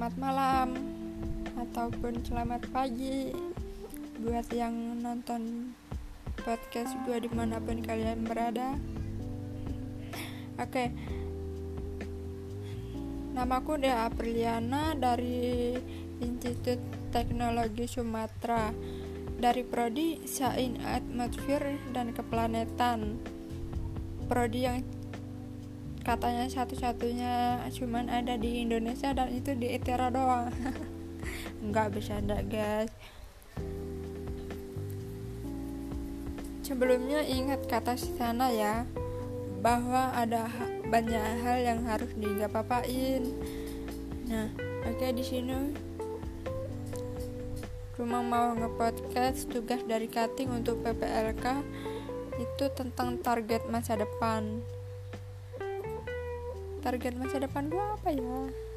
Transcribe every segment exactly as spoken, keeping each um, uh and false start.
selamat malam ataupun selamat pagi buat yang nonton podcast gue dimanapun kalian berada. Oke, namaku Dea Apriliana dari Institut Teknologi Sumatera, dari Prodi Sains Atmosfer dan Keplanetan. Prodi yang katanya satu-satunya cuman ada di Indonesia dan itu di I T E R A doang. Enggak, bercanda guys. Sebelumnya ingat kata si sana ya, bahwa ada ha- banyak hal yang harus digapapain. Nah, oke okay, di sini cuma mau nge-podcast tugas dari cutting untuk P P L K itu tentang target masa depan. Target masa depan gue apa ya?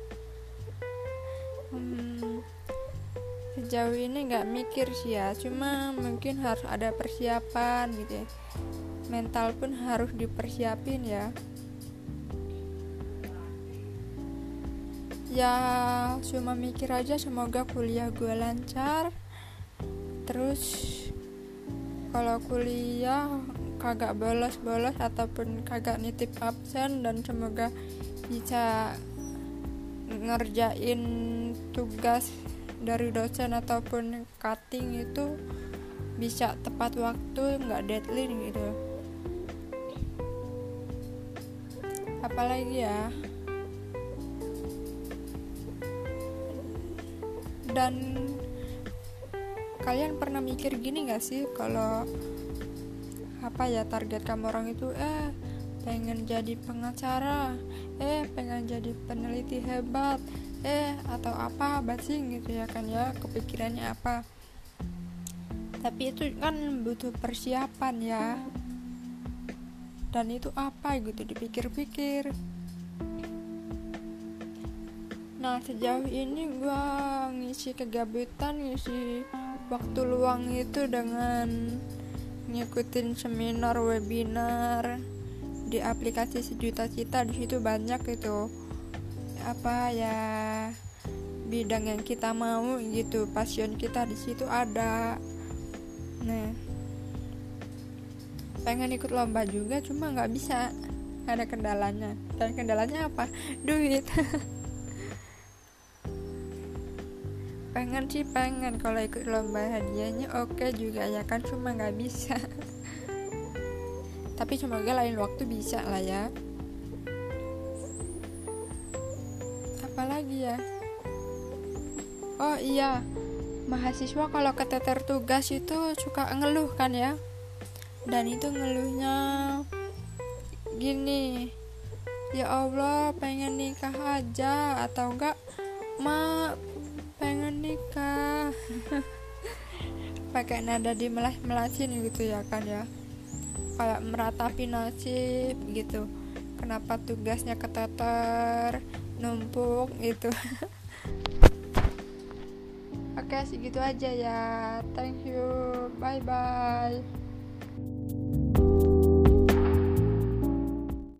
Hmm, sejauh ini nggak mikir sih ya, cuma mungkin harus ada persiapan gitu ya. Mental pun harus dipersiapin ya. Ya cuma mikir aja semoga kuliah gue lancar. Terus kalau kuliah kagak bolos-bolos ataupun kagak nitip absen, dan semoga bisa ngerjain tugas dari dosen ataupun cutting itu bisa tepat waktu, nggak deadline gitu. Apalagi ya, dan kalian pernah mikir gini gak sih, kalau apa ya target kamu orang itu eh pengen jadi pengacara, eh pengen jadi peneliti hebat, eh atau apa basing gitu ya kan ya, kepikirannya apa. Tapi itu kan butuh persiapan ya, dan itu apa gitu dipikir-pikir. Nah sejauh ini gue ngisi kegabutan, ngisi waktu luang itu dengan ngikutin seminar, webinar di aplikasi Sejuta Cita. Di situ banyak itu apa ya, bidang yang kita mau gitu, passion kita di situ ada. Nah, pengen ikut lomba juga, cuma nggak bisa, ada kendalanya. Dan kendalanya apa? Duit. Pengen sih pengen kalau ikut lomba, hadiahnya oke okay juga ya kan, cuma nggak bisa. Tapi semoga lain waktu bisa lah ya. Apalagi ya, oh iya, mahasiswa kalau keteter tugas itu suka ngeluh kan ya. Dan itu ngeluhnya gini, ya Allah pengen nikah aja, atau enggak ma pengen nikah. Pakai nada dimelas-melasin gitu ya kan ya, kayak meratapi nasib gitu. Kenapa tugasnya keteter, numpuk gitu. Oke, segitu aja ya. Thank you. Bye bye.